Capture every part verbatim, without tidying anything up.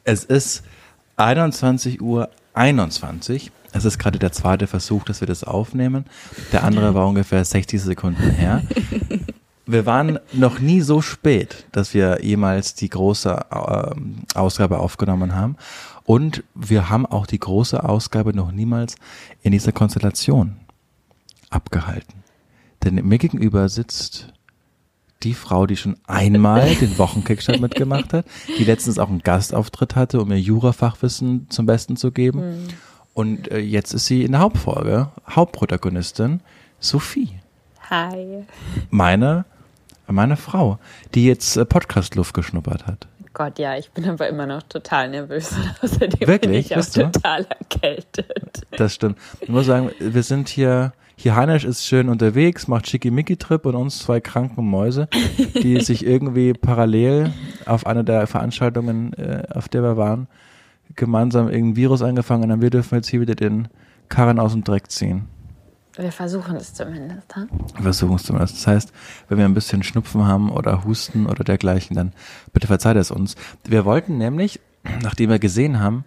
Es ist einundzwanzig Uhr einundzwanzig. Es ist gerade der zweite Versuch, dass wir das aufnehmen. Der andere war ungefähr sechzig Sekunden her. Wir waren noch nie so spät, dass wir jemals die große äh, Ausgabe aufgenommen haben. Und wir haben auch die große Ausgabe noch niemals in dieser Konstellation abgehalten. Denn mir gegenüber sitzt die Frau, die schon einmal den Wochenkickstart mitgemacht hat, die letztens auch einen Gastauftritt hatte, um ihr Jurafachwissen zum Besten zu geben. Mhm. Und äh, jetzt ist sie in der Hauptfolge, Hauptprotagonistin, Sophie. Hi. Meine, meine Frau, die jetzt äh, Podcast-Luft geschnuppert hat. Gott, ja, ich bin aber immer noch total nervös. Außerdem Wirklich? bin ich auch total erkältet. Das stimmt. Ich muss sagen, wir sind hier, hier Heinisch ist schön unterwegs, macht Schickimicki-Trip und uns zwei kranken Mäuse, die sich irgendwie parallel auf einer der Veranstaltungen, äh, auf der wir waren, gemeinsam irgendein Virus eingefangen haben. Wir dürfen jetzt hier wieder den Karren aus dem Dreck ziehen. Wir versuchen es zumindest, ha? Wir versuchen es zumindest. Das heißt, wenn wir ein bisschen Schnupfen haben oder Husten oder dergleichen, dann bitte verzeiht es uns. Wir wollten nämlich, nachdem wir gesehen haben,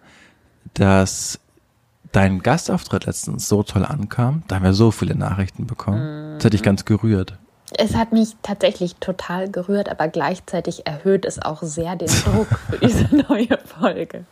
dass dein Gastauftritt letztens so toll ankam, da haben wir so viele Nachrichten bekommen. Mm. Das hat dich ganz gerührt. Es hat mich tatsächlich total gerührt, aber gleichzeitig erhöht es auch sehr den Druck für diese neue Folge.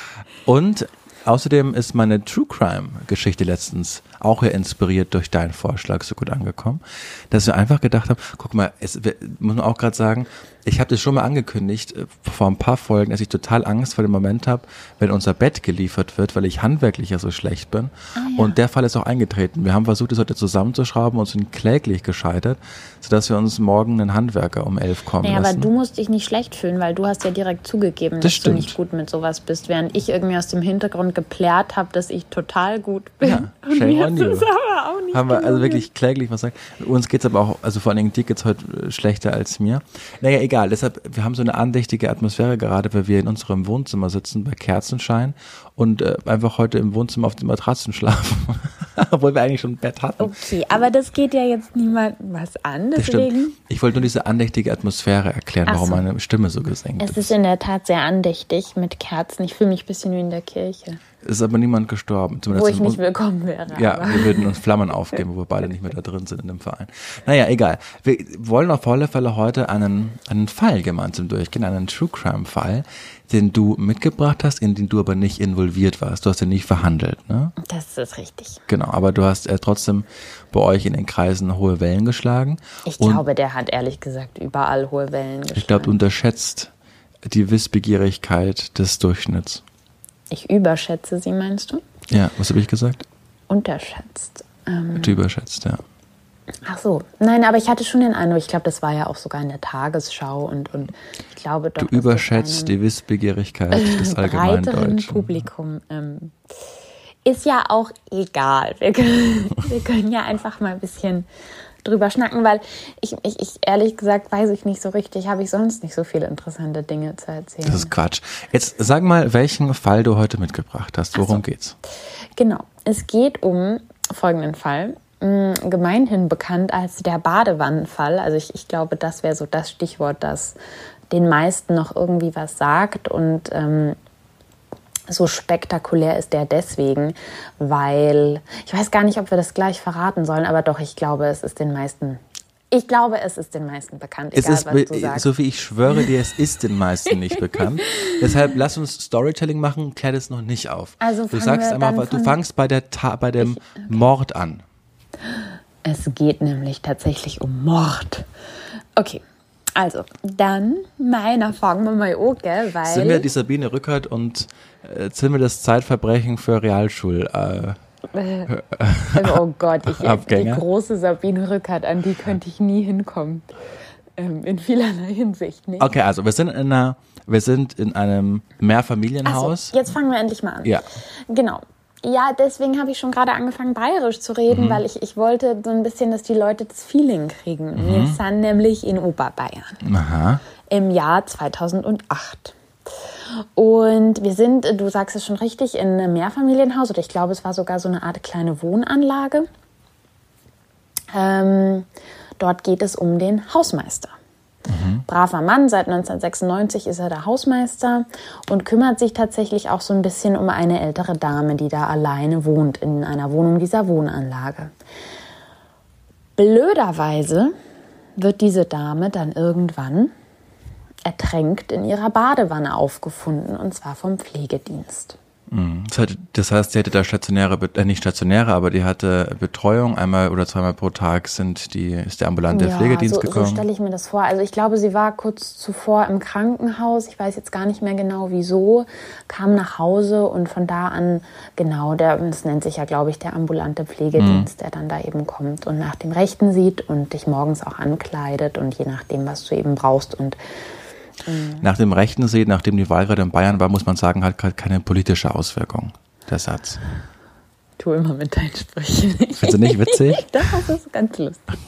Und außerdem ist meine True Crime Geschichte letztens auch ja inspiriert durch deinen Vorschlag so gut angekommen, dass wir einfach gedacht haben, guck mal, es wir, muss man auch gerade sagen, ich habe das schon mal angekündigt vor ein paar Folgen, dass ich total Angst vor dem Moment habe, wenn unser Bett geliefert wird, weil ich handwerklich ja so schlecht bin. Ah, ja. Und der Fall ist auch eingetreten. Wir haben versucht, das heute zusammenzuschrauben und sind kläglich gescheitert, sodass wir uns morgen einen Handwerker um elf kommen naja, lassen. Aber du musst dich nicht schlecht fühlen, weil du hast ja direkt zugegeben, das dass stimmt. du nicht gut mit sowas bist, während ich irgendwie aus dem Hintergrund geplärt habe, dass ich total gut bin. Ja, shame on you. Das aber auch nicht haben wir also gelungen. wirklich kläglich was sagen. Uns geht's aber auch, also vor allen Dingen dir geht's heute schlechter als mir. Naja, egal. Deshalb, wir haben so eine andächtige Atmosphäre gerade, weil wir in unserem Wohnzimmer sitzen bei Kerzenschein und äh, einfach heute im Wohnzimmer auf den Matratzen schlafen. Obwohl wir eigentlich schon ein Bett hatten. Okay, aber das geht ja jetzt niemandem was an, deswegen. Ich wollte nur diese andächtige Atmosphäre erklären, Ach warum so. meine Stimme so gesenkt ist. Es ist in der Tat sehr andächtig mit Kerzen. Ich fühle mich ein bisschen wie in der Kirche. Es ist aber niemand gestorben. Wo ich nicht willkommen wäre. Ja, aber. wir würden uns Flammen aufgeben, wo wir beide nicht mehr da drin sind in dem Verein. Naja, egal. Wir wollen auf alle Fälle heute einen, einen Fall gemeinsam durchgehen, einen True Crime Fall, den du mitgebracht hast, in den du aber nicht involviert warst. Du hast den nicht verhandelt, ne? Das ist richtig. Genau, aber du hast äh, trotzdem bei euch in den Kreisen hohe Wellen geschlagen. Ich Und glaube, der hat ehrlich gesagt überall hohe Wellen geschlagen. ich glaube, du unterschätzt die Wissbegierigkeit des Durchschnitts. Ich überschätze sie, meinst du? Ja, was habe ich gesagt? Unterschätzt. Ähm, Du überschätzt, ja. Ach so. Nein, aber ich hatte schon den Eindruck, ich glaube, das war ja auch sogar in der Tagesschau und, und ich glaube doch, Du überschätzt die Wissbegierigkeit des breiteren Allgemeindeutschen. Publikum. Ähm, ist ja auch egal. Wir können, wir können ja einfach mal ein bisschen drüber schnacken, weil ich, ich, ich ehrlich gesagt weiß ich nicht so richtig, habe ich sonst nicht so viele interessante Dinge zu erzählen. Das ist Quatsch. Jetzt sag mal, welchen Fall du heute mitgebracht hast. Worum Ach so. geht's? Genau. Es geht um folgenden Fall. Gemeinhin bekannt als der Badewannenfall. Also ich, ich glaube, das wäre so das Stichwort, das den meisten noch irgendwie was sagt. Und ähm, so spektakulär ist der deswegen, weil, ich weiß gar nicht, ob wir das gleich verraten sollen, aber doch, ich glaube, es ist den meisten, ich glaube, es ist den meisten bekannt, egal es ist, was du sagst. Sophie, ich schwöre dir, es ist den meisten nicht bekannt. Deshalb lass uns Storytelling machen, klär das noch nicht auf. Also du fangen sagst wir einmal, dann du von- fangst bei, der Ta- bei dem Ich- okay. Mord an. Es geht nämlich tatsächlich um Mord. Okay, also, dann meiner fangen wir mal an, gell, weil... Sind wir die Sabine Rückert und äh, sind wir das Zeitverbrechen für Realschul... Äh, oh Gott, ich, die Abgänger? große Sabine Rückert, an die könnte ich nie hinkommen. Ähm, in vielerlei Hinsicht nicht. Okay, also wir sind in einer, wir sind in einem Ach so, Mehrfamilienhaus. jetzt fangen wir endlich mal an. Ja. Genau. Ja, deswegen habe ich schon gerade angefangen, bayerisch zu reden, Mhm. weil ich, ich wollte so ein bisschen, dass die Leute das Feeling kriegen. Mhm. Wir sind nämlich in Oberbayern Aha. im Jahr zweitausendacht. Und wir sind, du sagst es schon richtig, in einem Mehrfamilienhaus, oder ich glaube, es war sogar so eine Art kleine Wohnanlage. Ähm, dort geht es um den Hausmeister. Mhm. Braver Mann, seit neunzehnhundertsechsundneunzig ist er der Hausmeister und kümmert sich tatsächlich auch so ein bisschen um eine ältere Dame, die da alleine wohnt in einer Wohnung dieser Wohnanlage. Blöderweise wird diese Dame dann irgendwann ertränkt in ihrer Badewanne aufgefunden, und zwar vom Pflegedienst. Das heißt, sie hatte da stationäre, äh, nicht stationäre, aber die hatte Betreuung. Einmal oder zweimal pro Tag sind die, ist der ambulante ja, Pflegedienst so, gekommen. So stelle ich mir das vor. Also ich glaube, sie war kurz zuvor im Krankenhaus. Ich weiß jetzt gar nicht mehr genau, wieso. Kam nach Hause und von da an, genau, der, das nennt sich ja, glaube ich, der ambulante Pflegedienst, mhm. der dann da eben kommt und nach dem Rechten sieht und dich morgens auch ankleidet und je nachdem, was du eben brauchst und Nach dem Rechten sehen, nachdem die Wahl gerade in Bayern war, muss man sagen, hat gerade keine politische Auswirkung, der Satz. Tu immer mit deinen Sprüchen. Findest du nicht witzig? Das ist ganz lustig.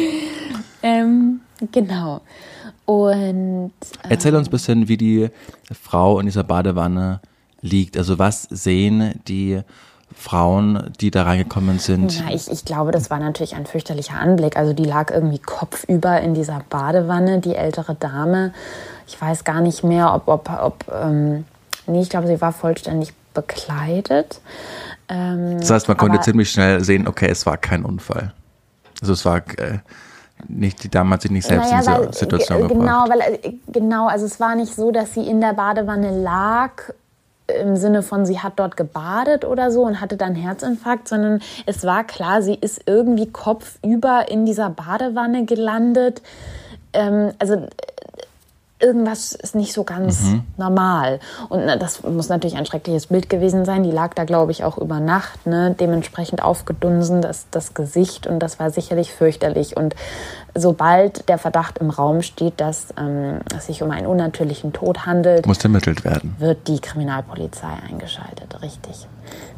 ähm, genau. Und ähm, erzähl uns ein bisschen, wie die Frau in dieser Badewanne liegt. Also was sehen die Frauen, die da reingekommen sind? Ja, ich, ich glaube, das war natürlich ein fürchterlicher Anblick. Also die lag irgendwie kopfüber in dieser Badewanne, die ältere Dame. Ich weiß gar nicht mehr, ob, ob, ob ähm, nee, ich glaube, sie war vollständig bekleidet. Ähm, das heißt, man konnte ziemlich schnell sehen, okay, es war kein Unfall. Also es war äh, nicht, die Dame hat sich nicht selbst naja, in diese Situation g- genau, gebracht. Weil, genau, also es war nicht so, dass sie in der Badewanne lag, im Sinne von, sie hat dort gebadet oder so und hatte dann Herzinfarkt, sondern es war klar, sie ist irgendwie kopfüber in dieser Badewanne gelandet. Ähm, also irgendwas ist nicht so ganz mhm. normal. Und na, das muss natürlich ein schreckliches Bild gewesen sein. Die lag da, glaube ich, auch über Nacht, ne? Dementsprechend aufgedunsen, das, das Gesicht. Und das war sicherlich fürchterlich. Und sobald der Verdacht im Raum steht, dass ähm, es sich um einen unnatürlichen Tod handelt, muss ermittelt werden. Wird die Kriminalpolizei eingeschaltet, richtig.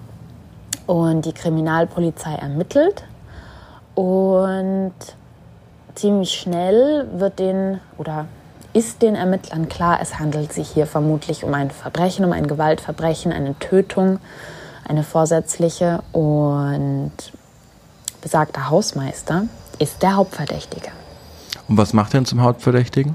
Und die Kriminalpolizei ermittelt und ziemlich schnell wird den, oder ist den Ermittlern klar, es handelt sich hier vermutlich um ein Verbrechen, um ein Gewaltverbrechen, eine Tötung, eine vorsätzliche, und besagter Hausmeister ist der Hauptverdächtige. Und was macht er denn zum Hauptverdächtigen?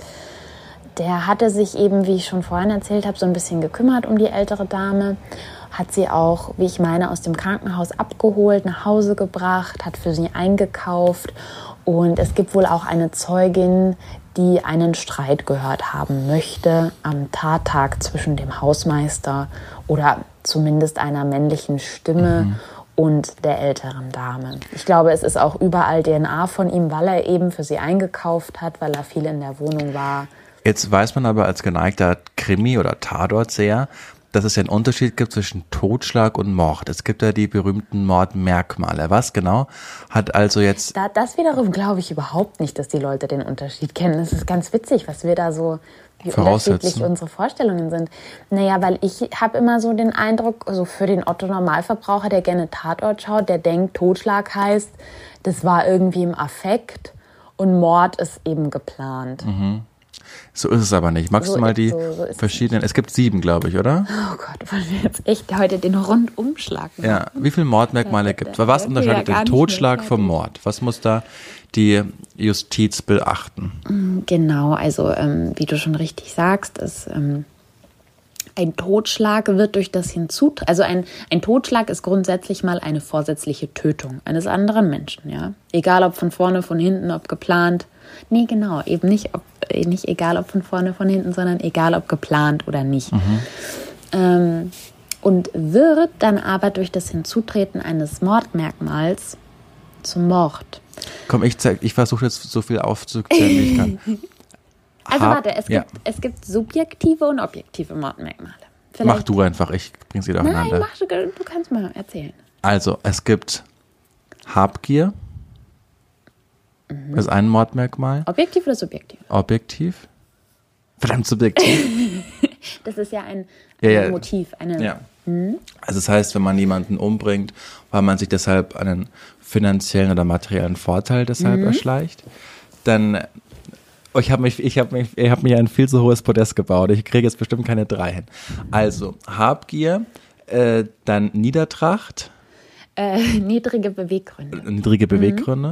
Der hatte sich eben, wie ich schon vorhin erzählt habe, so ein bisschen gekümmert um die ältere Dame, hat sie auch, wie ich meine, aus dem Krankenhaus abgeholt, nach Hause gebracht, hat für sie eingekauft, und es gibt wohl auch eine Zeugin, die einen Streit gehört haben möchte am Tattag zwischen dem Hausmeister oder zumindest einer männlichen Stimme mhm. und der älteren Dame. Ich glaube, es ist auch überall D N A von ihm, weil er eben für sie eingekauft hat, weil er viel in der Wohnung war. Jetzt weiß man aber als geneigter Krimi- oder Tatortseher, dass es ja einen Unterschied gibt zwischen Totschlag und Mord. Es gibt ja die berühmten Mordmerkmale. Was genau hat also jetzt... Da, das wiederum glaube ich überhaupt nicht, dass die Leute den Unterschied kennen. Es ist ganz witzig, was wir da so, wie unterschiedlich unsere Vorstellungen sind. Naja, weil ich habe immer so den Eindruck, also für den Otto-Normalverbraucher, der gerne Tatort schaut, der denkt, Totschlag heißt, das war irgendwie im Affekt und Mord ist eben geplant. Mhm. So ist es aber nicht. Magst so du mal die so, so verschiedenen, es gibt sieben, glaube ich, oder? Oh Gott, wollen wir jetzt echt heute den Rundumschlag machen? Ja, wie viele Mordmerkmale gibt es? Was unterscheidet den Totschlag vom Mord? Was muss da die Justiz beachten? Genau, also ähm, wie du schon richtig sagst, ist ähm, ein Totschlag wird durch das Hinzutreten, also ein, ein Totschlag ist grundsätzlich mal eine vorsätzliche Tötung eines anderen Menschen, ja. Egal ob von vorne, von hinten, ob geplant. Nee, genau, eben nicht, ob, nicht egal ob von vorne, von hinten, sondern egal ob geplant oder nicht. Mhm. Ähm, und wird dann aber durch das Hinzutreten eines Mordmerkmals zum Mord. Komm, ich zeig, ich versuche jetzt so viel aufzuzählen, wie ich kann. Also Hab, warte, es, ja. gibt, es gibt subjektive und objektive Mordmerkmale. Vielleicht. Mach du einfach, ich bring sie durcheinander. Nein, mach du, du kannst mal erzählen. Also, es gibt Habgier. Das ist ein Mordmerkmal. Objektiv oder subjektiv? Objektiv. Verdammt subjektiv. Das ist ja ein, ja, ein ja. Motiv. Eine, ja. Hm? Also das heißt, wenn man jemanden umbringt, weil man sich deshalb einen finanziellen oder materiellen Vorteil deshalb mhm. erschleicht, dann... Oh, ich habe mich, ich habe mich, ich habe mir ein viel zu hohes Podest gebaut. Ich kriege jetzt bestimmt keine drei hin. Also Habgier, äh, dann Niedertracht. Äh, niedrige Beweggründe. Niedrige Beweggründe. Mhm.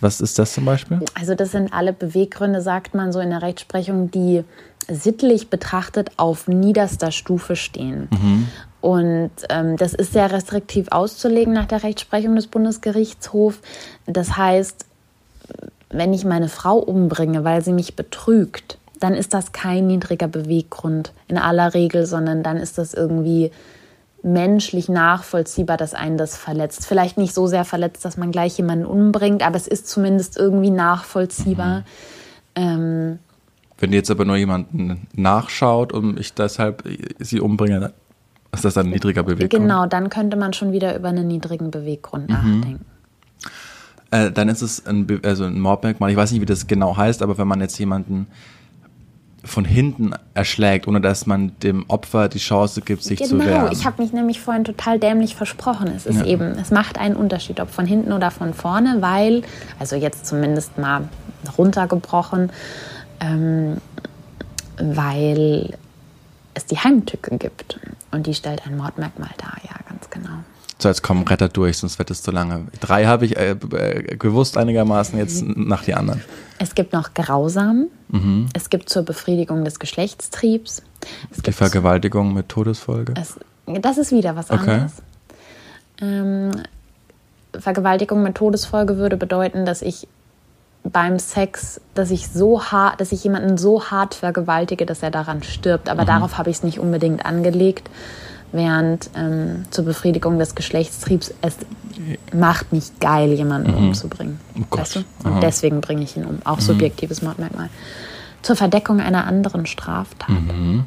Was ist das zum Beispiel? Also das sind alle Beweggründe, sagt man so in der Rechtsprechung, die sittlich betrachtet auf niederster Stufe stehen. Mhm. Und ähm, das ist sehr restriktiv auszulegen nach der Rechtsprechung des Bundesgerichtshofs. Das heißt, wenn ich meine Frau umbringe, weil sie mich betrügt, dann ist das kein niedriger Beweggrund in aller Regel, sondern dann ist das irgendwie menschlich nachvollziehbar, dass einen das verletzt. Vielleicht nicht so sehr verletzt, dass man gleich jemanden umbringt, aber es ist zumindest irgendwie nachvollziehbar. Mhm. Ähm, Wenn jetzt aber nur jemanden nachschaut und ich deshalb sie umbringe, dann ist das dann ein niedriger Beweggrund? Genau, dann könnte man schon wieder über einen niedrigen Beweggrund mhm. nachdenken. Äh, dann ist es ein, Be- also ein Mordmerkmal. Ich weiß nicht, wie das genau heißt, aber wenn man jetzt jemanden von hinten erschlägt, ohne dass man dem Opfer die Chance gibt, sich genau, zu wehren. Genau, ich habe mich nämlich vorhin total dämlich versprochen. Es ist ja. eben, es macht einen Unterschied, ob von hinten oder von vorne, weil, also jetzt zumindest mal runtergebrochen, ähm, weil es die Heimtücke gibt. Und die stellt ein Mordmerkmal dar, ja, ganz genau. So, jetzt komm, Retter durch, sonst wird es zu lange. Drei habe ich äh, äh, gewusst einigermaßen, jetzt mhm. nach die anderen. Es gibt noch grausam. Mhm. Es gibt zur Befriedigung des Geschlechtstriebs. Es die Vergewaltigung mit Todesfolge? Es, das ist wieder was anderes. Okay. Ähm, Vergewaltigung mit Todesfolge würde bedeuten, dass ich beim Sex, dass ich so hart, dass ich jemanden so hart vergewaltige, dass er daran stirbt. Aber mhm. darauf habe ich es nicht unbedingt angelegt. Während ähm, zur Befriedigung des Geschlechtstriebs es macht nicht geil, jemanden mhm. umzubringen. Oh weißt du? Und Aha. deswegen bringe ich ihn um. Auch mhm. subjektives Mordmerkmal. Zur Verdeckung einer anderen Straftat. Mhm.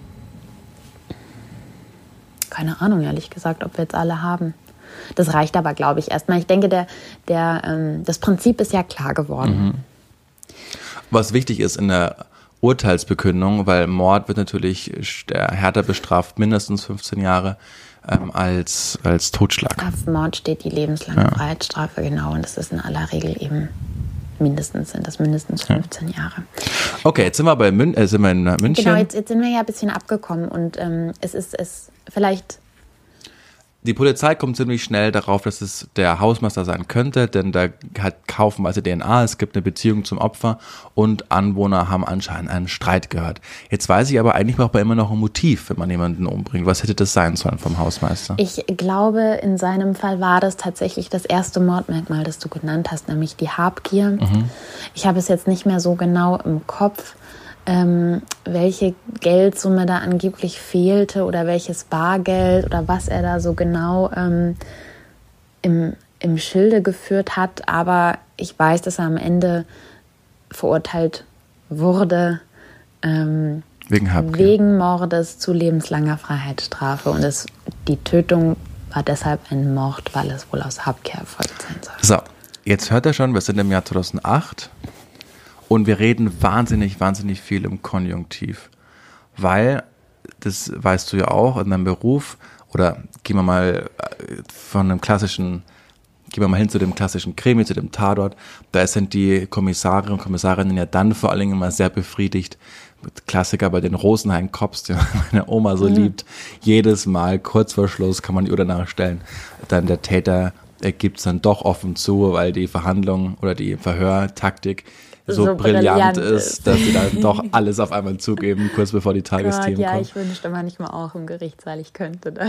Keine Ahnung, ehrlich gesagt, ob wir jetzt alle haben. Das reicht aber, glaube ich, erstmal. Ich denke, der, der, ähm, das Prinzip ist ja klar geworden. Mhm. Was wichtig ist in der Urteilsbekündung, weil Mord wird natürlich härter bestraft, mindestens fünfzehn Jahre, ähm, als, als Totschlag. Auf Mord steht die lebenslange ja. Freiheitsstrafe, genau. Und das ist in aller Regel eben mindestens, sind das mindestens fünfzehn ja. Jahre. Okay, jetzt sind wir bei Mün- äh, sind wir in München. Genau, jetzt, jetzt sind wir ja ein bisschen abgekommen und ähm, es ist es vielleicht... Die Polizei kommt ziemlich schnell darauf, dass es der Hausmeister sein könnte, denn da hat haufenweise D N A, es gibt eine Beziehung zum Opfer und Anwohner haben anscheinend einen Streit gehört. Jetzt weiß ich aber eigentlich braucht man immer noch ein Motiv, wenn man jemanden umbringt. Was hätte das sein sollen vom Hausmeister? Ich glaube, in seinem Fall war das tatsächlich das erste Mordmerkmal, das du genannt hast, nämlich die Habgier. Mhm. Ich habe es jetzt nicht mehr so genau im Kopf, Ähm, welche Geldsumme da angeblich fehlte oder welches Bargeld oder was er da so genau ähm, im, im Schilde geführt hat. Aber ich weiß, dass er am Ende verurteilt wurde ähm, wegen, wegen Mordes zu lebenslanger Freiheitsstrafe. Und es, die Tötung war deshalb ein Mord, weil es wohl aus Habgier erfolgt sein soll. So, jetzt hört er schon, wir sind im Jahr zweitausendacht. Und wir reden wahnsinnig, wahnsinnig viel im Konjunktiv, weil, das weißt du ja auch, in deinem Beruf, oder gehen wir mal von einem klassischen, gehen wir mal hin zu dem klassischen Krimi, zu dem Tatort, da sind die Kommissare und Kommissarinnen ja dann vor allen Dingen immer sehr befriedigt, mit Klassiker bei den Rosenheim-Cops, die meine Oma so mhm. liebt, jedes Mal kurz vor Schluss kann man die Uhr danach stellen, dann der Täter gibt es dann doch offen zu, weil die Verhandlung oder die Verhörtaktik so, so brillant, brillant ist, dass sie dann doch alles auf einmal zugeben, kurz bevor die Tagesthemen ja, kommen. Ja, ich wünschte manchmal auch im Gerichtssaal, ich könnte das.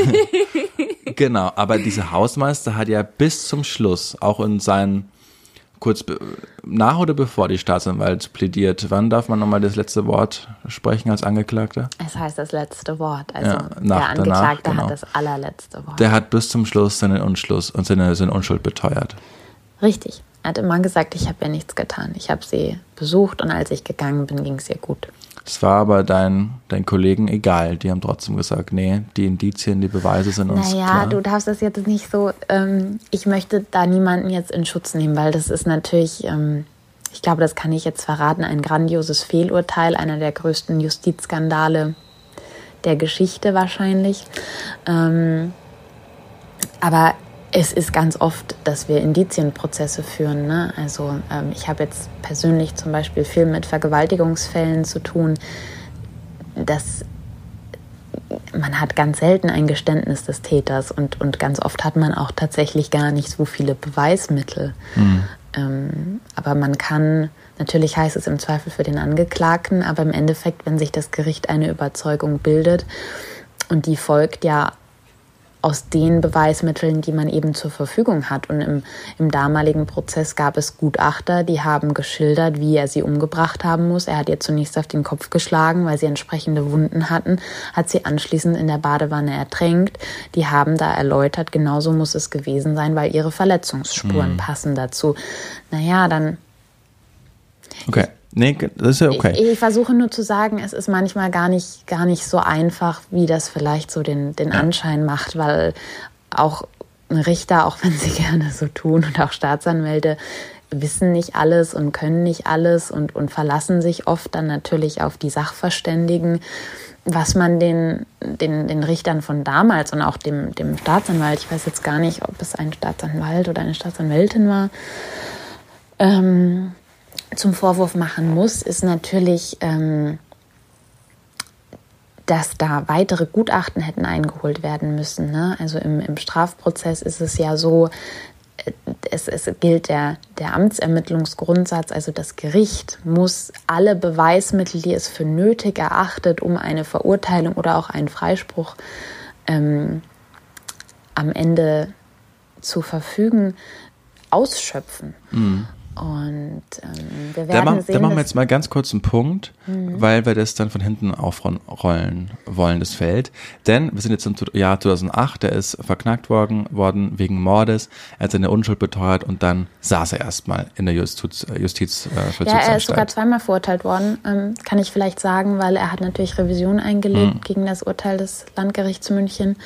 Genau, aber dieser Hausmeister hat ja bis zum Schluss, auch in seinen, kurz be- nach oder bevor die Staatsanwalt plädiert, wann darf man nochmal das letzte Wort sprechen als Angeklagter? Es heißt das letzte Wort, also ja, nach, der Angeklagte danach, genau. hat das allerletzte Wort. Der hat bis zum Schluss seinen Unschluss und seine, seine Unschuld beteuert. Richtig. Er hat immer gesagt, ich habe ja nichts getan. Ich habe sie besucht und als ich gegangen bin, ging es ihr gut. Es war aber dein, dein Kollegen egal. Die haben trotzdem gesagt, nee, die Indizien, die Beweise sind uns naja, klar. Naja, du darfst das jetzt nicht so, ähm, ich möchte da niemanden jetzt in Schutz nehmen, weil das ist natürlich, ähm, ich glaube, das kann ich jetzt verraten, ein grandioses Fehlurteil, einer der größten Justizskandale der Geschichte wahrscheinlich. Ähm, aber es ist ganz oft, dass wir Indizienprozesse führen. Ne? Also ähm, ich habe jetzt persönlich zum Beispiel viel mit Vergewaltigungsfällen zu tun. Das, man hat ganz selten ein Geständnis des Täters und, und ganz oft hat man auch tatsächlich gar nicht so viele Beweismittel. Mhm. Ähm, aber man kann, natürlich heißt es im Zweifel für den Angeklagten, aber im Endeffekt, wenn sich das Gericht eine Überzeugung bildet und die folgt ja aus den Beweismitteln, die man eben zur Verfügung hat. Und im, im damaligen Prozess gab es Gutachter, die haben geschildert, wie er sie umgebracht haben muss. Er hat ihr zunächst auf den Kopf geschlagen, weil sie entsprechende Wunden hatten, hat sie anschließend in der Badewanne ertränkt. Die haben da erläutert, genauso muss es gewesen sein, weil ihre Verletzungsspuren mhm. passen dazu. Naja, dann... Okay. Nee, das ist ja okay. Ich, ich versuche nur zu sagen, es ist manchmal gar nicht, gar nicht so einfach, wie das vielleicht so den, den ja. Anschein macht, weil auch Richter, auch wenn sie gerne so tun und auch Staatsanwälte, wissen nicht alles und können nicht alles und, und verlassen sich oft dann natürlich auf die Sachverständigen. Was man den, den, den Richtern von damals und auch dem, dem Staatsanwalt, ich weiß jetzt gar nicht, ob es ein Staatsanwalt oder eine Staatsanwältin war, ähm, zum Vorwurf machen muss, ist natürlich, ähm, dass da weitere Gutachten hätten eingeholt werden müssen. Ne? Also im, im Strafprozess ist es ja so, es, es gilt der, der Amtsermittlungsgrundsatz, also das Gericht muss alle Beweismittel, die es für nötig erachtet, um eine Verurteilung oder auch einen Freispruch ähm, am Ende zu verfügen, ausschöpfen. Mhm. Und ähm, wir werden da, mach, sehen, da machen wir jetzt mal ganz kurz einen Punkt, mhm. weil wir das dann von hinten aufrollen wollen, das Feld. Denn wir sind jetzt im Jahr zweitausendacht, der ist verknackt worden, worden wegen Mordes. Er hat seine Unschuld beteuert und dann saß er erstmal in der Justiz, Justizvollzugsanstalt. Ja, er ist sogar zweimal verurteilt worden, ähm, kann ich vielleicht sagen, weil er hat natürlich Revision eingelegt mhm. gegen das Urteil des Landgerichts München.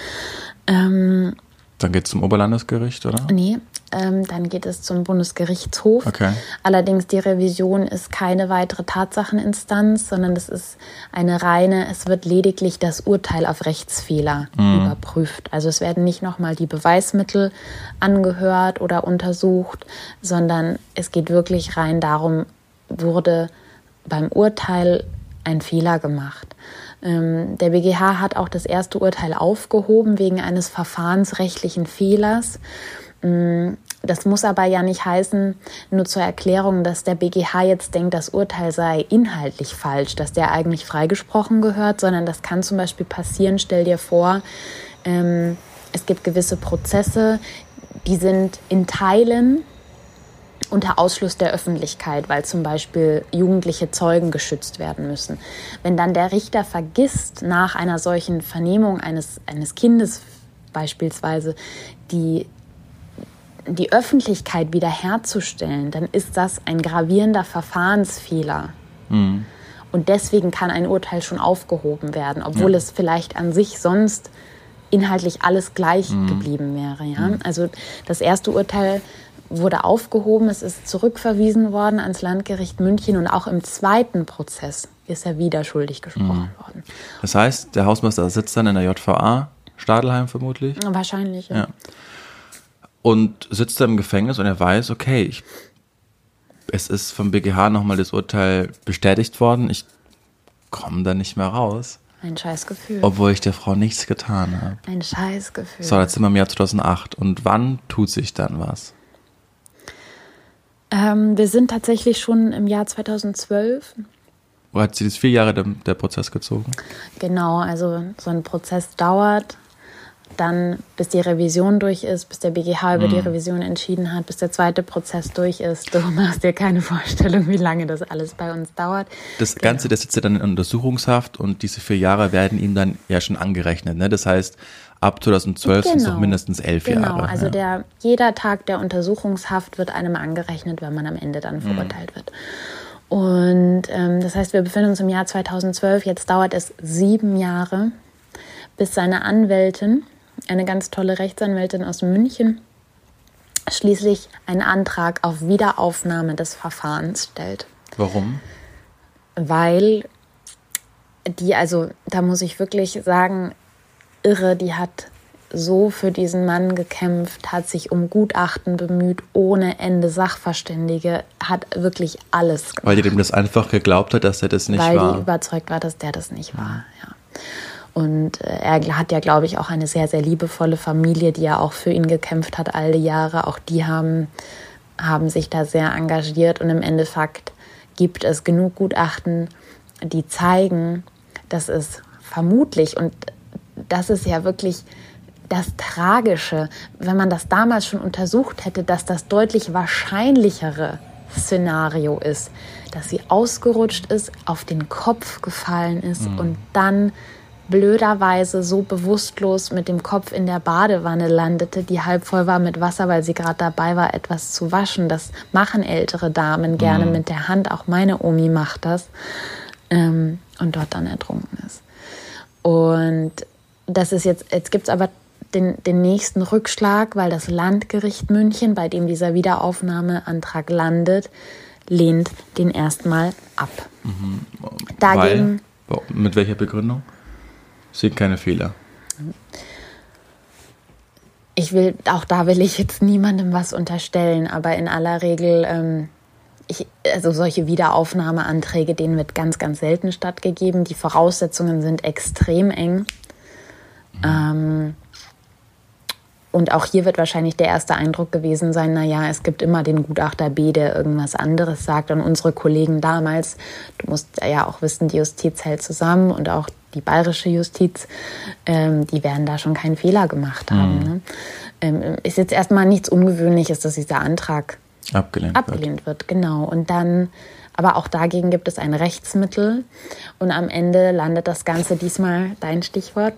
Ähm, Dann geht es zum Oberlandesgericht, oder? Nee, ähm, dann geht es zum Bundesgerichtshof. Okay. Allerdings die Revision ist keine weitere Tatsacheninstanz, sondern das ist eine reine, es wird lediglich das Urteil auf Rechtsfehler mhm. überprüft. Also es werden nicht nochmal die Beweismittel angehört oder untersucht, sondern es geht wirklich rein darum, wurde beim Urteil ein Fehler gemacht. Ähm, der B G H hat auch das erste Urteil aufgehoben wegen eines verfahrensrechtlichen Fehlers. Ähm, das muss aber ja nicht heißen, nur zur Erklärung, dass der B G H jetzt denkt, das Urteil sei inhaltlich falsch, dass der eigentlich freigesprochen gehört, sondern das kann zum Beispiel passieren, stell dir vor, ähm, es gibt gewisse Prozesse, die sind in Teilen unter Ausschluss der Öffentlichkeit, weil zum Beispiel jugendliche Zeugen geschützt werden müssen. Wenn dann der Richter vergisst, nach einer solchen Vernehmung eines, eines Kindes beispielsweise die, die Öffentlichkeit wiederherzustellen, dann ist das ein gravierender Verfahrensfehler. Mhm. Und deswegen kann ein Urteil schon aufgehoben werden, obwohl ja. es vielleicht an sich sonst inhaltlich alles gleich mhm. geblieben wäre. Ja? Mhm. Also das erste Urteil wurde aufgehoben, es ist zurückverwiesen worden ans Landgericht München und auch im zweiten Prozess ist er wieder schuldig gesprochen mhm. worden. Das heißt, der Hausmeister sitzt dann in der J V A, Stadelheim vermutlich? Wahrscheinlich, ja. ja. Und sitzt da im Gefängnis und er weiß, okay, ich, es ist vom B G H nochmal das Urteil bestätigt worden, ich komme da nicht mehr raus. Ein Scheißgefühl. Obwohl ich der Frau nichts getan habe. Ein Scheißgefühl. So, jetzt sind wir im Jahr zweitausendacht. Und wann tut sich dann was? Ähm, wir sind tatsächlich schon im Jahr zweitausendzwölf. Wo hat sie das vier Jahre der, der Prozess gezogen? Genau, also so ein Prozess dauert dann, bis die Revision durch ist, bis der B G H über mhm. die Revision entschieden hat, bis der zweite Prozess durch ist. Du machst dir keine Vorstellung, wie lange das alles bei uns dauert. Das Ganze, genau. Das sitzt ja dann in Untersuchungshaft und diese vier Jahre werden ihm dann ja schon angerechnet. Ne? Das heißt, ab zweitausendzwölf genau. sind es noch mindestens elf genau. Jahre. Genau, also ja. der, jeder Tag der Untersuchungshaft wird einem angerechnet, wenn man am Ende dann verurteilt mhm. wird. Und ähm, das heißt, wir befinden uns im Jahr zweitausendzwölf. Jetzt dauert es sieben Jahre, bis seine Anwältin, eine ganz tolle Rechtsanwältin aus München, schließlich einen Antrag auf Wiederaufnahme des Verfahrens stellt. Warum? Weil die, also da muss ich wirklich sagen, irre, die hat so für diesen Mann gekämpft, hat sich um Gutachten bemüht, ohne Ende, Sachverständige, hat wirklich alles gemacht. Weil die dem das einfach geglaubt hat, dass er das nicht Weil war. Weil die überzeugt war, dass der das nicht war, ja. Und er hat ja, glaube ich, auch eine sehr, sehr liebevolle Familie, die ja auch für ihn gekämpft hat all die Jahre. Auch die haben haben sich da sehr engagiert und im Endeffekt gibt es genug Gutachten, die zeigen, dass es vermutlich, und das ist ja wirklich das Tragische, wenn man das damals schon untersucht hätte, dass das deutlich wahrscheinlichere Szenario ist, dass sie ausgerutscht ist, auf den Kopf gefallen ist mhm. und dann blöderweise so bewusstlos mit dem Kopf in der Badewanne landete, die halb voll war mit Wasser, weil sie gerade dabei war, etwas zu waschen. Das machen ältere Damen gerne mhm. mit der Hand. Auch meine Omi macht das. Ähm, und dort dann ertrunken ist. Und das ist jetzt, jetzt gibt es aber den, den nächsten Rückschlag, weil das Landgericht München, bei dem dieser Wiederaufnahmeantrag landet, lehnt den erstmal ab. Mhm. Dagegen, weil, mit welcher Begründung? Sieht keine Fehler. Ich will, auch da will ich jetzt niemandem was unterstellen, aber in aller Regel, ähm, ich, also solche Wiederaufnahmeanträge, denen wird ganz, ganz selten stattgegeben. Die Voraussetzungen sind extrem eng. Mhm. Ähm, und auch hier wird wahrscheinlich der erste Eindruck gewesen sein, naja, es gibt immer den Gutachter B, der irgendwas anderes sagt. Und unsere Kollegen damals, du musst ja auch wissen, die Justiz hält zusammen und auch die bayerische Justiz, ähm, die werden da schon keinen Fehler gemacht haben. Mhm. Ne? Ähm, ist jetzt erstmal nichts Ungewöhnliches, dass dieser Antrag abgelehnt, abgelehnt wird. wird. Genau. Und dann, aber auch dagegen gibt es ein Rechtsmittel. Und am Ende landet das Ganze diesmal, dein Stichwort,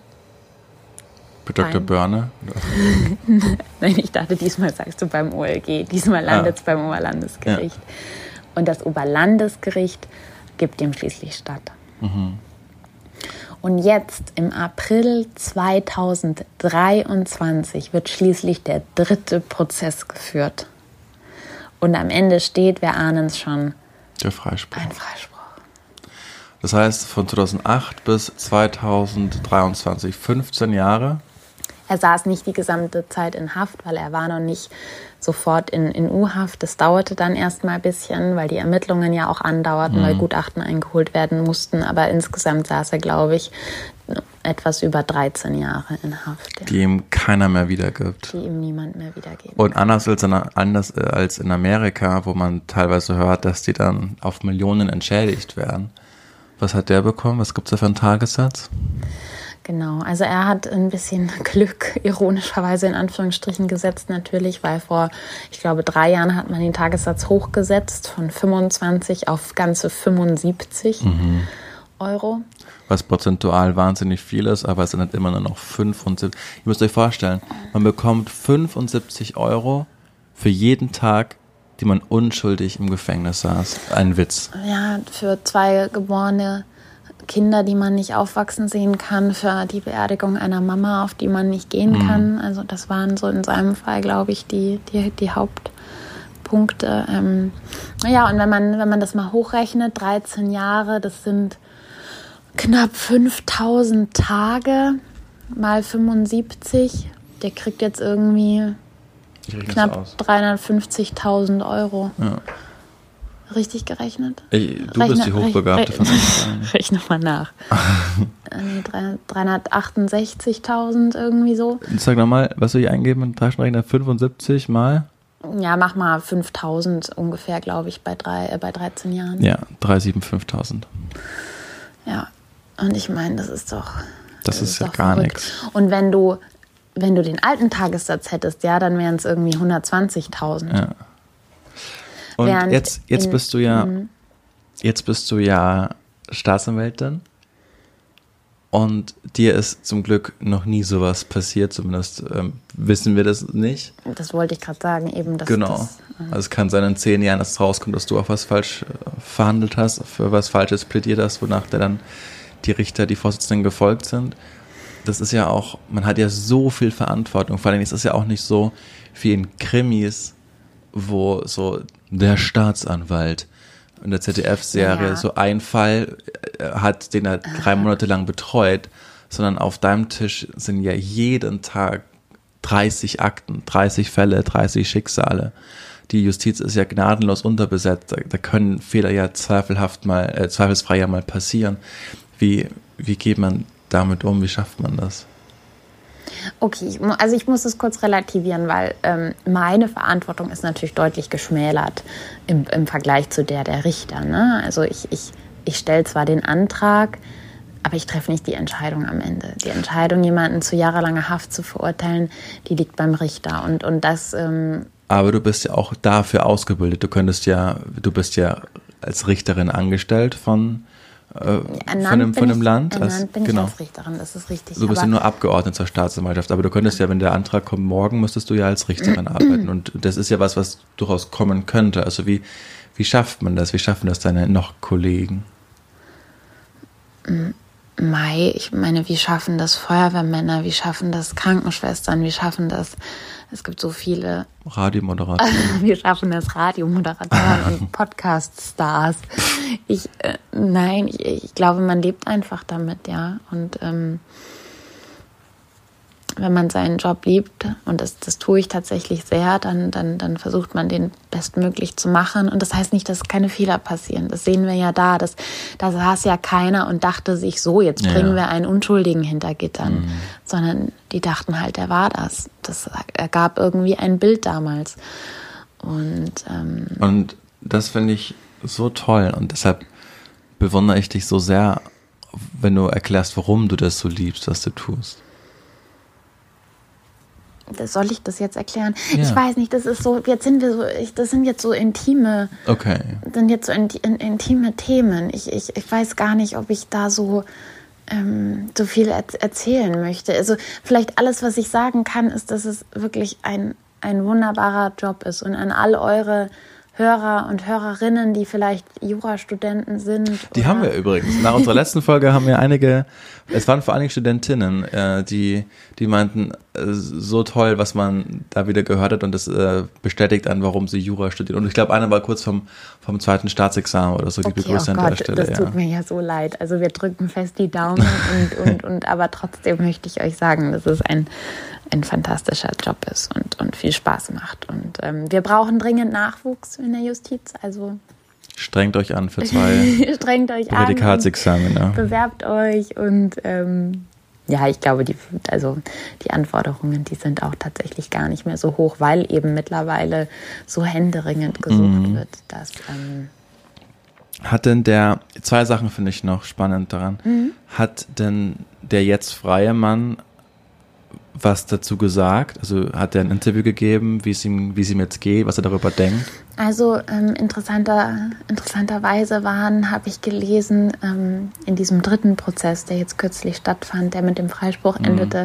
bei Doktor Börne? Nein, ich dachte, diesmal sagst du beim O L G. Diesmal landet es ah. beim Oberlandesgericht. Ja. Und das Oberlandesgericht gibt dem schließlich statt. Mhm. Und jetzt im April zweitausenddreiundzwanzig wird schließlich der dritte Prozess geführt. Und am Ende steht, wir ahnen es schon, der Freispruch. Ein Freispruch. Das heißt, von zweitausendacht bis zweitausenddreiundzwanzig, fünfzehn Jahre. Er saß nicht die gesamte Zeit in Haft, weil er war noch nicht sofort in, in U-Haft. Das dauerte dann erst mal ein bisschen, weil die Ermittlungen ja auch andauerten, mhm. weil Gutachten eingeholt werden mussten. Aber insgesamt saß er, glaube ich, etwas über dreizehn Jahre in Haft. Ja. Die ihm keiner mehr wiedergibt. Die ihm niemand mehr wiedergibt. Und anders als in, anders als in Amerika, wo man teilweise hört, dass die dann auf Millionen entschädigt werden. Was hat der bekommen? Was gibt es da für einen Tagessatz? Genau, also er hat ein bisschen Glück, ironischerweise in Anführungsstrichen gesetzt natürlich, weil vor, ich glaube, drei Jahren hat man den Tagessatz hochgesetzt von fünfundzwanzig auf ganze fünfundsiebzig mhm. Euro. Was prozentual wahnsinnig viel ist, aber es sind halt immer nur noch fünfundsiebzig. Ihr müsst euch vorstellen, man bekommt fünfundsiebzig Euro für jeden Tag, die man unschuldig im Gefängnis saß. Ein Witz. Ja, für zwei geborene Kinder, die man nicht aufwachsen sehen kann, für die Beerdigung einer Mama, auf die man nicht gehen mhm. kann. Also das waren so in seinem Fall, glaube ich, die, die, die Hauptpunkte. Ähm, ja, und wenn man, wenn man das mal hochrechnet, dreizehn Jahre, das sind knapp fünftausend Tage mal fünfundsiebzig. Der kriegt jetzt irgendwie knapp dreihundertfünfzigtausend Euro. Ja. Richtig gerechnet? Ich, du rechne, bist die Hochbegabte rechne, von uns. Rechne mal nach. nee, dreihundertachtundsechzigtausend irgendwie so. Sag nochmal, was soll ich eingeben im Taschenrechner? fünfundsiebzig mal? Ja, mach mal fünftausend ungefähr, glaube ich, bei, drei, äh, bei dreizehn Jahren. Ja, dreihundertfünfundsiebzig fünftausend. Ja, und ich meine, das ist doch... Das, das ist, ist ja gar nichts. Und wenn du, wenn du den alten Tagessatz hättest, ja, dann wären es irgendwie hundertzwanzigtausend. Ja. Und Während jetzt, jetzt in, bist du ja, m- jetzt bist du ja Staatsanwältin und dir ist zum Glück noch nie sowas passiert, zumindest ähm, wissen wir das nicht. Das wollte ich gerade sagen, eben. Dass genau. Das, äh also es kann sein in zehn Jahren, dass es rauskommt, dass du auch was falsch äh, verhandelt hast, für was Falsches plädiert hast, wonach der dann die Richter, die Vorsitzenden gefolgt sind. Das ist ja auch, man hat ja so viel Verantwortung. Vor allem ist es ja auch nicht so wie in Krimis, wo so der Staatsanwalt in der Z D F-Serie ja. so einen Fall hat, den er drei Monate lang betreut, sondern auf deinem Tisch sind ja jeden Tag dreißig Akten, dreißig Fälle, dreißig Schicksale. Die Justiz ist ja gnadenlos unterbesetzt, da, da können Fehler ja zweifelhaft mal, äh, zweifelsfrei ja mal passieren. Wie, wie geht man damit um, wie schafft man das? Okay, ich, also ich muss es kurz relativieren, weil ähm, meine Verantwortung ist natürlich deutlich geschmälert im, im Vergleich zu der der Richter. Ne? Also ich, ich, ich stelle zwar den Antrag, aber ich treffe nicht die Entscheidung am Ende. Die Entscheidung, jemanden zu jahrelanger Haft zu verurteilen, die liegt beim Richter. Und, und das... Ähm, aber du bist ja auch dafür ausgebildet. Du könntest ja, du bist ja als Richterin angestellt von... Äh, von dem, von dem ich, Land? Ernannt als, bin genau. ich als Richterin, das ist richtig. Du bist aber, ja nur Abgeordnete zur Staatsanwaltschaft, aber du könntest ja, wenn der Antrag kommt morgen, müsstest du ja als Richterin arbeiten und das ist ja was, was durchaus kommen könnte. Also wie, wie schafft man das? Wie schaffen das deine noch Kollegen? Mai, ich meine, wie schaffen das Feuerwehrmänner, wie schaffen das Krankenschwestern, wie schaffen das, es gibt so viele Radiomoderatoren. Wir schaffen das Radiomoderatoren und Podcast-Stars. Ich, äh, nein, ich, ich glaube, man lebt einfach damit, ja. Und ähm, wenn man seinen Job liebt, und das, das tue ich tatsächlich sehr, dann, dann, dann versucht man den bestmöglich zu machen. Und das heißt nicht, dass keine Fehler passieren. Das sehen wir ja da. Das, da saß ja keiner und dachte sich so, jetzt bringen ja. wir einen Unschuldigen hinter Gittern. Mhm. Sondern die dachten halt, er war das. Das ergab irgendwie ein Bild damals. Und, ähm, und das finde ich so toll. Und deshalb bewundere ich dich so sehr, wenn du erklärst, warum du das so liebst, was du tust. Soll ich das jetzt erklären? Ja. Ich weiß nicht, das ist so, jetzt sind wir so, ich, das sind jetzt so intime, okay. sind jetzt so in, in, intime Themen. Ich, ich, ich weiß gar nicht, ob ich da so, ähm, so viel er, erzählen möchte. Also vielleicht alles, was ich sagen kann, ist, dass es wirklich ein, ein wunderbarer Job ist und an all eure Hörer und Hörerinnen, die vielleicht Jurastudenten sind. Die haben wir übrigens. Nach unserer letzten Folge haben wir einige, es waren vor allen Dingen Studentinnen, äh, die, die meinten, äh, so toll, was man da wieder gehört hat und das äh, bestätigt an, warum sie Jura studieren. Und ich glaube, einer war kurz vom, vom zweiten Staatsexamen oder so, die okay, begrüßt oh an Gott, der Stelle. Das ja. tut mir ja so leid. Also wir drücken fest die Daumen und, und, und aber trotzdem möchte ich euch sagen, dass es ein ein fantastischer Job ist und, und viel Spaß macht. Und ähm, wir brauchen dringend Nachwuchs in der Justiz. Also strengt euch an für zwei strengt euch Prädikatsexamina. an. Bewerbt euch und ähm, ja, ich glaube, die, also die Anforderungen, die sind auch tatsächlich gar nicht mehr so hoch, weil eben mittlerweile so händeringend gesucht mhm. wird, dass ähm, hat denn der, zwei Sachen finde ich noch spannend daran, mhm. hat denn der jetzt freie Mann was dazu gesagt? Also hat er ein Interview gegeben, wie es ihm, wie es ihm jetzt geht, was er darüber denkt? Also ähm, interessanter, interessanterweise waren, habe ich gelesen, ähm, in diesem dritten Prozess, der jetzt kürzlich stattfand, der mit dem Freispruch mhm. endete,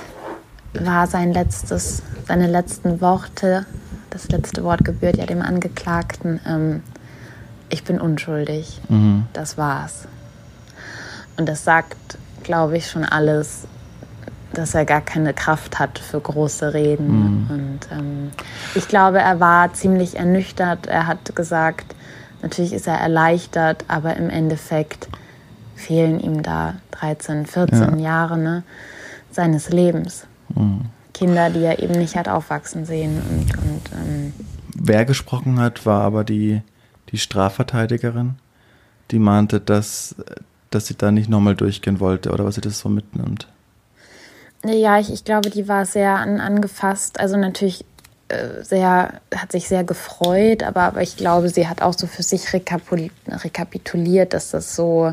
war sein letztes, seine letzten Worte, das letzte Wort gebührt ja dem Angeklagten, ähm, ich bin unschuldig, mhm. das war's. Und das sagt, glaube ich, schon alles, dass er gar keine Kraft hat für große Reden. Mhm. Und ähm, ich glaube, er war ziemlich ernüchtert. Er hat gesagt, natürlich ist er erleichtert, aber im Endeffekt fehlen ihm da dreizehn, vierzehn ja. Jahre ne, seines Lebens. Mhm. Kinder, die er eben nicht hat aufwachsen sehen. Und, und, ähm, Wer gesprochen hat, war aber die, die Strafverteidigerin, die meinte, dass, dass sie da nicht nochmal durchgehen wollte oder was sie das so mitnimmt. Ja, ich, ich glaube, die war sehr an, angefasst. Also natürlich äh, sehr, hat sich sehr gefreut, aber, aber ich glaube, sie hat auch so für sich rekapul- rekapituliert, dass das so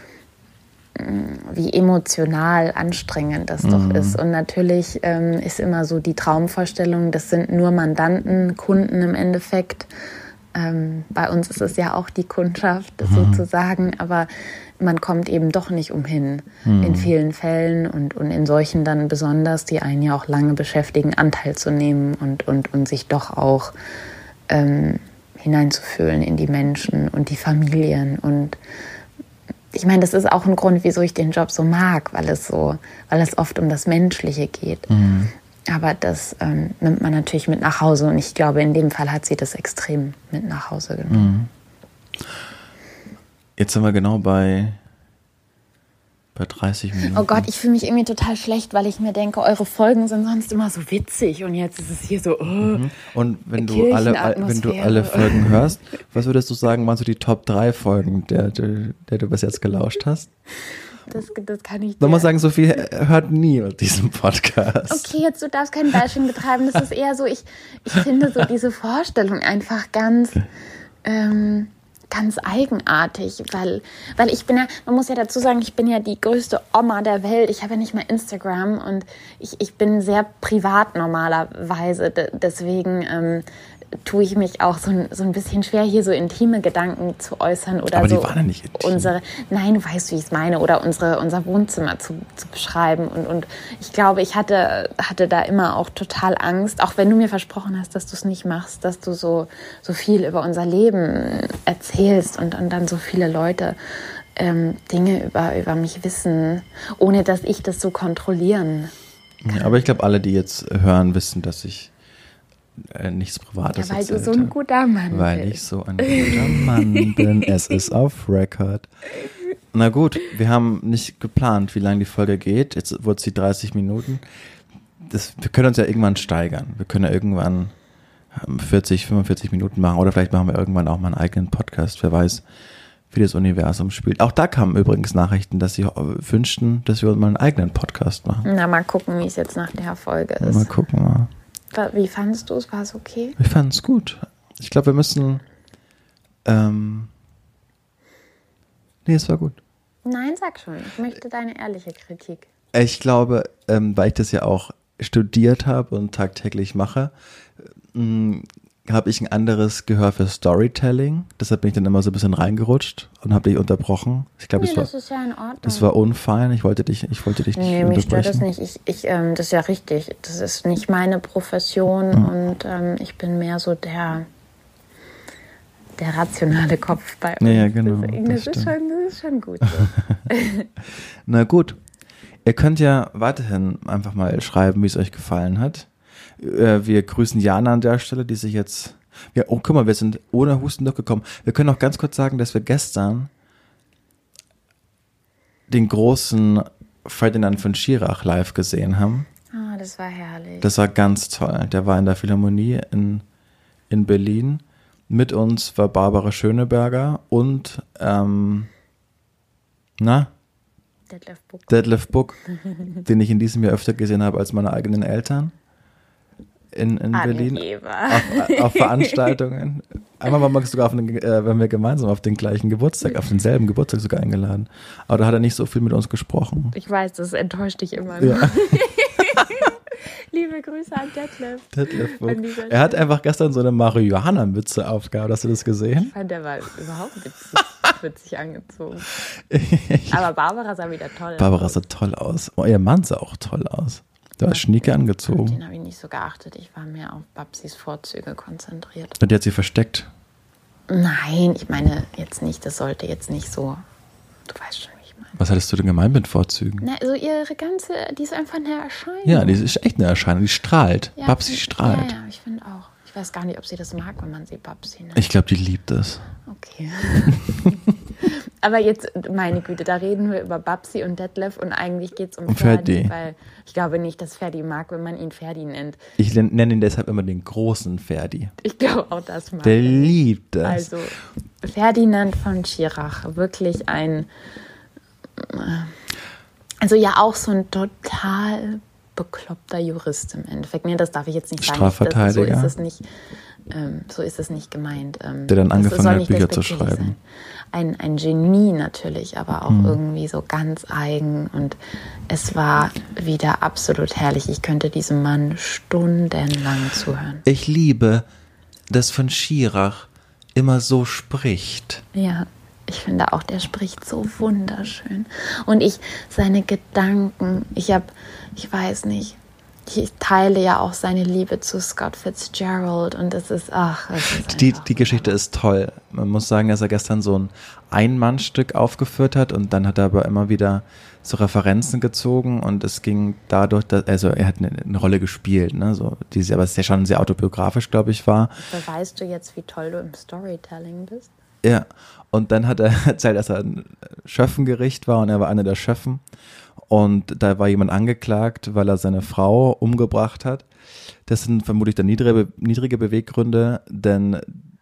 mh, wie emotional anstrengend das mhm. doch ist. Und natürlich ähm, ist immer so die Traumvorstellung, das sind nur Mandanten, Kunden im Endeffekt. Ähm, bei uns ist es ja auch die Kundschaft mhm. sozusagen, aber man kommt eben doch nicht umhin mhm. in vielen Fällen und, und in solchen dann besonders, die einen ja auch lange beschäftigen, Anteil zu nehmen und, und, und sich doch auch ähm, hineinzufühlen in die Menschen und die Familien. Und ich meine, das ist auch ein Grund, wieso ich den Job so mag, weil es so, weil es oft um das Menschliche geht. Mhm. Aber das ähm, nimmt man natürlich mit nach Hause und ich glaube, in dem Fall hat sie das extrem mit nach Hause genommen. Mhm. Jetzt sind wir genau bei, bei dreißig Minuten. Oh Gott, ich fühle mich irgendwie total schlecht, weil ich mir denke, eure Folgen sind sonst immer so witzig und jetzt ist es hier so, oh, mhm. Und wenn du, alle, wenn du alle Folgen hörst, was würdest du sagen, waren so die Top drei Folgen, der, der, der du bis jetzt gelauscht hast? Das, das kann ich dir. Man muss sagen, Sophie hört nie diesen Podcast. Okay, jetzt du darfst kein Bashing betreiben. Das ist eher so, ich, ich finde so diese Vorstellung einfach ganz, ähm, ganz eigenartig, weil, weil ich bin ja, man muss ja dazu sagen, ich bin ja die größte Oma der Welt. Ich habe ja nicht mal Instagram und ich, ich bin sehr privat normalerweise. D- deswegen ähm, tue ich mich auch so ein, so ein bisschen schwer, hier so intime Gedanken zu äußern oder Aber die so waren ja nicht intim. unsere, nein, du weißt, wie ich es meine, oder unsere, unser Wohnzimmer zu, zu beschreiben. Und, und ich glaube, ich hatte, hatte da immer auch total Angst, auch wenn du mir versprochen hast, dass du es nicht machst, dass du so, so viel über unser Leben erzählst und, und dann so viele Leute ähm, Dinge über, über mich wissen, ohne dass ich das so kontrollieren kann. Ja, aber ich glaube, alle, die jetzt hören, wissen, dass ich äh, nichts Privates Ja, weil du erzählte. so ein guter Mann Weil bist. ich so ein guter Mann bin. Es ist auf Record. Na gut, wir haben nicht geplant, wie lange die Folge geht. Jetzt wurde sie dreißig Minuten. Das, wir können uns ja irgendwann steigern. Wir können ja irgendwann vierzig, fünfundvierzig Minuten machen. Oder vielleicht machen wir irgendwann auch mal einen eigenen Podcast. Wer weiß, wie das Universum spielt. Auch da kamen übrigens Nachrichten, dass sie wünschten, dass wir mal einen eigenen Podcast machen. Na, mal gucken, wie es jetzt nach der Folge ist. Mal gucken mal. Wie fandest du es? War es okay? Ich fand es gut. Ich glaube, wir müssen... Ähm, nee, es war gut. Nein, sag schon. Ich möchte deine ehrliche Kritik. Ich glaube, ähm, weil ich das ja auch studiert habe und tagtäglich mache, ähm, habe ich ein anderes Gehör für Storytelling. Deshalb bin ich dann immer so ein bisschen reingerutscht und habe dich unterbrochen. Ich glaube, Nee, das war, das ist ja in Ordnung. das war unfein. Ich wollte dich, ich wollte dich nicht Nee, mich stört unterbrechen. das nicht. Ich, ich, ähm, das ist ja richtig. Das ist nicht meine Profession Mhm. und ähm, ich bin mehr so der, der rationale Kopf bei uns. Ja, ja, genau, Deswegen, das Das, ist, stimmt. schon, das ist schon gut so. Na gut. Ihr könnt ja weiterhin einfach mal schreiben, wie es euch gefallen hat. Äh, Wir grüßen Jana an der Stelle, die sich jetzt... Ja, oh, guck mal, wir sind ohne Husten durchgekommen. Wir können auch ganz kurz sagen, dass wir gestern den großen Ferdinand von Schirach live gesehen haben. Ah, das war herrlich. Das war ganz toll. Der war in der Philharmonie in, in Berlin. Mit uns war Barbara Schöneberger und ähm, na, Detlef Buck. Detlef Buck, den ich in diesem Jahr öfter gesehen habe als meine eigenen Eltern in, in Berlin. Angeber. Auf, auf Veranstaltungen. Einmal waren wir sogar auf den, äh, wenn wir gemeinsam auf den gleichen Geburtstag, auf denselben Geburtstag sogar eingeladen. Aber da hat er nicht so viel mit uns gesprochen. Ich weiß, das enttäuscht dich immer noch. Ja. Liebe Grüße an Detlef. Detlef Buck. An dieser Er hat einfach gestern so eine Marihuana-Mütze aufgehabt. Hast du das gesehen? Ich fand, der war überhaupt witzig, witzig angezogen. Aber Barbara sah wieder toll Barbara aus. sah toll aus. Oh, ihr Mann sah auch toll aus. Der war schnieke angezogen. Den habe ich nicht so geachtet. Ich war mehr auf Babsis Vorzüge konzentriert. Und die hat sie versteckt. Nein, ich meine jetzt nicht, das sollte jetzt nicht so, du weißt schon, wie ich meine. Was hattest du denn gemeint mit Vorzügen? Na, also ihre ganze, die ist einfach eine Erscheinung. Ja, die ist echt eine Erscheinung. Die strahlt. Ja, Babsi find- strahlt. Ja, ja, ich finde auch. Ich weiß gar nicht, ob sie das mag, wenn man sie Babsi nennt. Ich glaube, die liebt es. Okay. Aber jetzt, meine Güte, da reden wir über Babsi und Detlef und eigentlich geht es um Um Ferdi, Ferdi. weil ich glaube nicht, dass Ferdi mag, wenn man ihn Ferdi nennt. Ich nenne ihn deshalb immer den großen Ferdi. Ich glaube auch, das mag Der er. liebt das. Also Ferdinand von Schirach, wirklich ein, also ja auch so ein total bekloppter Jurist im Endeffekt. Nee, das darf ich jetzt nicht sagen. Strafverteidiger. Das, so ist es nicht, ähm, so ist es nicht gemeint. Ähm, Der dann das angefangen soll hat, nicht Bücher zu despektierlich schreiben. sein. Ein, ein Genie natürlich, aber auch Mhm. irgendwie so ganz eigen und es war wieder absolut herrlich. Ich könnte diesem Mann stundenlang zuhören. Ich liebe, dass von Schirach immer so spricht. Ja, ich finde auch, der spricht so wunderschön. Und ich, seine Gedanken, ich habe, ich weiß nicht, ich teile ja auch seine Liebe zu Scott Fitzgerald und es ist, ach, es ist Die, einfach die Geschichte ist toll. Man muss sagen, dass er gestern so ein Ein-Mann-Stück aufgeführt hat und dann hat er aber immer wieder so Referenzen gezogen und es ging dadurch, dass, also er hat eine, eine Rolle gespielt, ne, so, die, aber es ja schon sehr autobiografisch, glaube ich, war. Beweist du jetzt, wie toll du im Storytelling bist? Ja, und dann hat er erzählt, dass er ein Schöffengericht war und er war einer der Schöffen und da war jemand angeklagt, weil er seine Frau umgebracht hat. Das sind vermutlich dann niedrige, niedrige Beweggründe, denn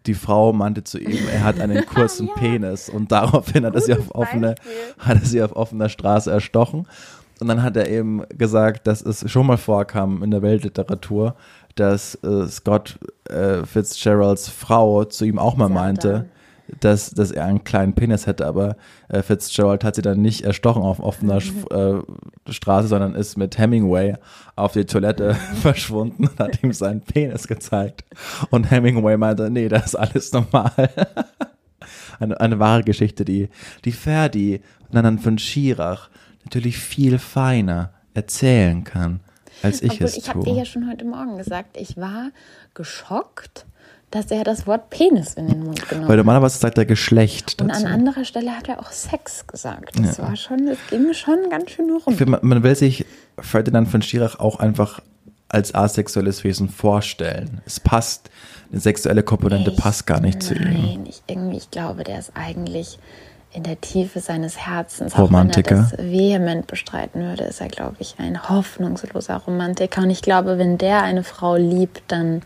die Frau meinte zu ihm, er hat einen kurzen ja. Penis und daraufhin hat er, sie auf offene, hat er sie auf offener Straße erstochen. Und dann hat er eben gesagt, dass es schon mal vorkam in der Weltliteratur, dass äh, Scott äh, Fitzgeralds Frau zu ihm auch mal meinte, dass, dass er einen kleinen Penis hätte, aber äh, Fitzgerald hat sie dann nicht erstochen auf offener mhm. äh, Straße, sondern ist mit Hemingway auf die Toilette verschwunden und hat ihm seinen Penis gezeigt. Und Hemingway meinte, nee, das ist alles normal. eine, eine wahre Geschichte, die, die Ferdi dann von Schirach natürlich viel feiner erzählen kann, als ich Obwohl, es ich tue. Ich habe dir ja schon heute Morgen gesagt, ich war geschockt, dass er das Wort Penis in den Mund genommen hat. Weil normalerweise sagt er Geschlecht dazu. Und an anderer Stelle hat er auch Sex gesagt. Das ja. war schon, das ging schon ganz schön rum. Ich finde, man will sich Ferdinand von Schirach auch einfach als asexuelles Wesen vorstellen. Es passt, eine sexuelle Komponente ich, passt gar nicht nein, zu ihm. Nein, ich, irgendwie, ich glaube, der ist eigentlich in der Tiefe seines Herzens, Romantiker. Auch wenn er das vehement bestreiten würde, ist er, glaube ich, ein hoffnungsloser Romantiker. Und ich glaube, wenn der eine Frau liebt, dann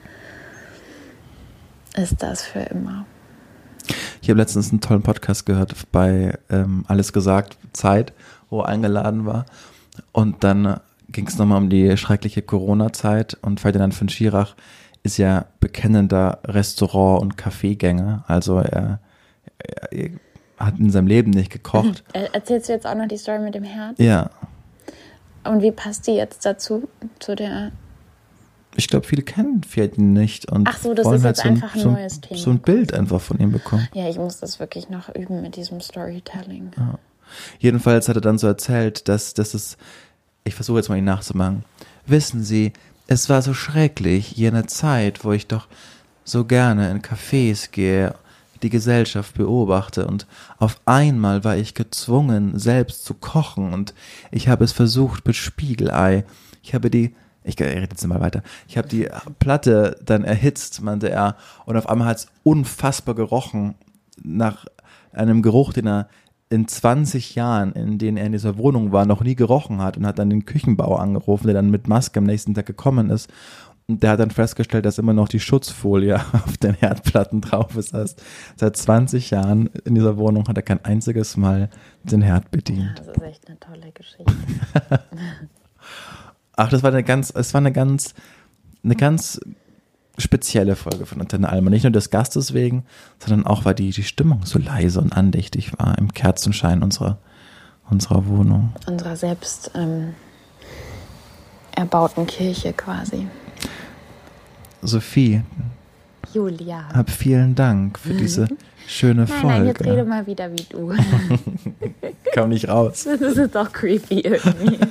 ist das für immer. Ich habe letztens einen tollen Podcast gehört bei ähm, Alles gesagt, Zeit, wo er eingeladen war. Und dann ging es nochmal um die schreckliche Corona-Zeit. Und Ferdinand von Schirach ist ja bekennender Restaurant- und Kaffeegänger. Also er, er, er hat in seinem Leben nicht gekocht. Erzählst du jetzt auch noch die Story mit dem Herd? Ja. Und wie passt die jetzt dazu, zu der... Ich glaube, viele kennen Ferdinand nicht und Ach so, das wollen ist halt jetzt so ein, einfach ein so, neues Thema. so ein Bild einfach von ihm bekommen. Ja, ich muss das wirklich noch üben mit diesem Storytelling. Ja. Jedenfalls hat er dann so erzählt, dass, dass es, ich versuche jetzt mal ihn nachzumachen, wissen Sie, es war so schrecklich, jene Zeit, wo ich doch so gerne in Cafés gehe, die Gesellschaft beobachte und auf einmal war ich gezwungen, selbst zu kochen und ich habe es versucht mit Spiegelei. Ich habe die Ich rede jetzt mal weiter. Ich habe die Platte dann erhitzt, meinte er, und auf einmal hat es unfassbar gerochen nach einem Geruch, den er in zwanzig Jahren, in denen er in dieser Wohnung war, noch nie gerochen hat und hat dann den Küchenbauer angerufen, der dann mit Maske am nächsten Tag gekommen ist. Und der hat dann festgestellt, dass immer noch die Schutzfolie auf den Herdplatten drauf ist. Das heißt, seit zwanzig Jahren in dieser Wohnung hat er kein einziges Mal den Herd bedient. Ja, das ist echt eine tolle Geschichte. Ach, das war eine ganz, es war eine ganz, eine ganz spezielle Folge von Antenne Allmann. Nicht nur des Gastes wegen, sondern auch, weil die, die Stimmung so leise und andächtig war im Kerzenschein unserer, unserer Wohnung. Unserer selbst ähm, erbauten Kirche quasi. Sophie. Julia. Hab vielen Dank für diese schöne nein, Folge. Nein, jetzt rede mal wieder wie du. Komm nicht raus. Das ist jetzt auch creepy irgendwie.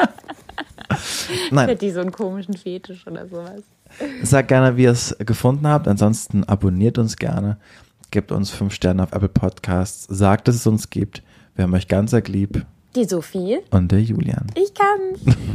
Nein. Hätte die so einen komischen Fetisch oder sowas. Sagt gerne, wie ihr es gefunden habt. Ansonsten abonniert uns gerne. Gebt uns fünf Sterne auf Apple Podcasts. Sagt, dass es uns gibt. Wir haben euch ganz arg lieb. Die Sophie. Und der Julian. Ich kann's.